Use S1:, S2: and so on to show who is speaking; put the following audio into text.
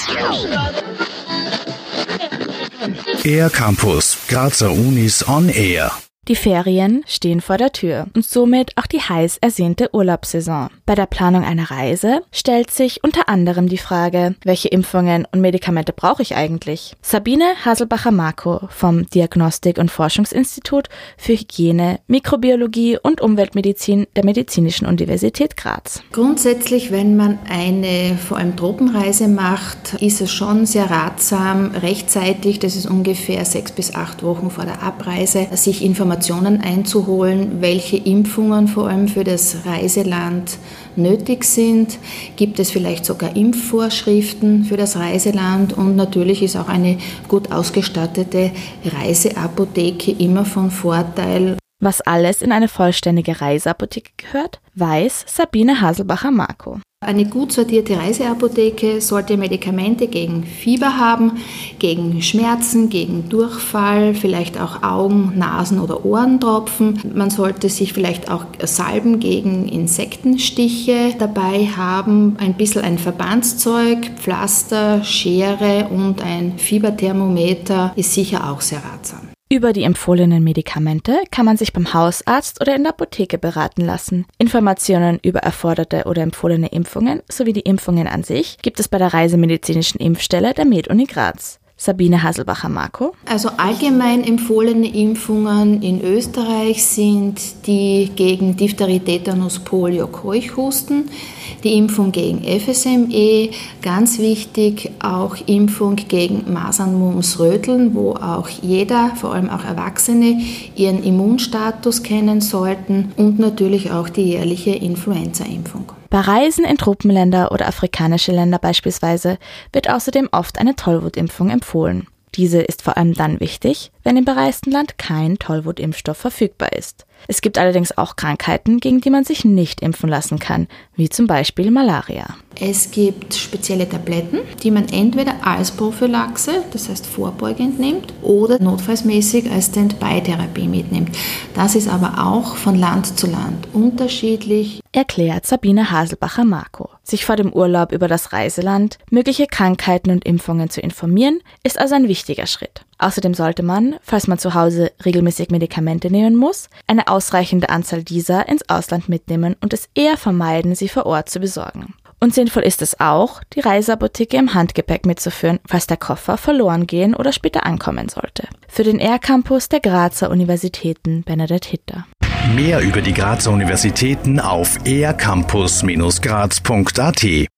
S1: ER Campus, Grazer Unis on Air.
S2: Die Ferien stehen vor der Tür und somit auch die heiß ersehnte Urlaubssaison. Bei der Planung einer Reise stellt sich unter anderem die Frage, welche Impfungen und Medikamente brauche ich eigentlich? Sabine Haselbacher-Markow vom Diagnostik- und Forschungsinstitut für Hygiene, Mikrobiologie und Umweltmedizin der Medizinischen Universität Graz.
S3: Grundsätzlich, wenn man eine vor allem Tropenreise macht, ist es schon sehr ratsam, rechtzeitig, das ist ungefähr 6 bis 8 Wochen vor der Abreise, sich Informationen einzuholen, welche Impfungen vor allem für das Reiseland nötig sind. Gibt es vielleicht sogar Impfvorschriften für das Reiseland und natürlich ist auch eine gut ausgestattete Reiseapotheke immer von Vorteil.
S2: Was alles in eine vollständige Reiseapotheke gehört, weiß Sabine Haselbacher-Markow.
S3: Eine gut sortierte Reiseapotheke sollte Medikamente gegen Fieber haben, gegen Schmerzen, gegen Durchfall, vielleicht auch Augen-, Nasen- oder Ohrentropfen. Man sollte sich vielleicht auch Salben gegen Insektenstiche dabei haben, ein bisschen ein Verbandszeug, Pflaster, Schere und ein Fieberthermometer ist sicher auch sehr ratsam.
S2: Über die empfohlenen Medikamente kann man sich beim Hausarzt oder in der Apotheke beraten lassen. Informationen über erforderte oder empfohlene Impfungen sowie die Impfungen an sich gibt es bei der Reisemedizinischen Impfstelle der Med-Uni Graz. Sabine Haselbacher-Markow.
S3: Also allgemein empfohlene Impfungen in Österreich sind die gegen Diphtherie, Tetanus, Polio, Keuchhusten, die Impfung gegen FSME, ganz wichtig auch Impfung gegen Masern, Mumps, Röteln, wo auch jeder, vor allem auch Erwachsene, ihren Immunstatus kennen sollten und natürlich auch die jährliche Influenza-Impfung.
S2: Bei Reisen in Tropenländer oder afrikanische Länder beispielsweise wird außerdem oft eine Tollwutimpfung empfohlen. Diese ist vor allem dann wichtig, wenn im bereisten Land kein Tollwutimpfstoff verfügbar ist. Es gibt allerdings auch Krankheiten, gegen die man sich nicht impfen lassen kann, wie zum Beispiel Malaria.
S3: Es gibt spezielle Tabletten, die man entweder als Prophylaxe, das heißt vorbeugend nimmt, oder notfallsmäßig als Standby-Therapie mitnimmt. Das ist aber auch von Land zu Land unterschiedlich.
S2: Erklärt Sabine Haselbacher-Markow. Sich vor dem Urlaub über das Reiseland, mögliche Krankheiten und Impfungen zu informieren, ist also ein wichtiger Schritt. Außerdem sollte man, falls man zu Hause regelmäßig Medikamente nehmen muss, eine ausreichende Anzahl dieser ins Ausland mitnehmen und es eher vermeiden, sie vor Ort zu besorgen. Und sinnvoll ist es auch, die Reiseapotheke im Handgepäck mitzuführen, falls der Koffer verloren gehen oder später ankommen sollte. Für den ER Campus der Grazer Universitäten Bernadette Hitter.
S1: Mehr über die Grazer Universitäten auf ercampus-graz.at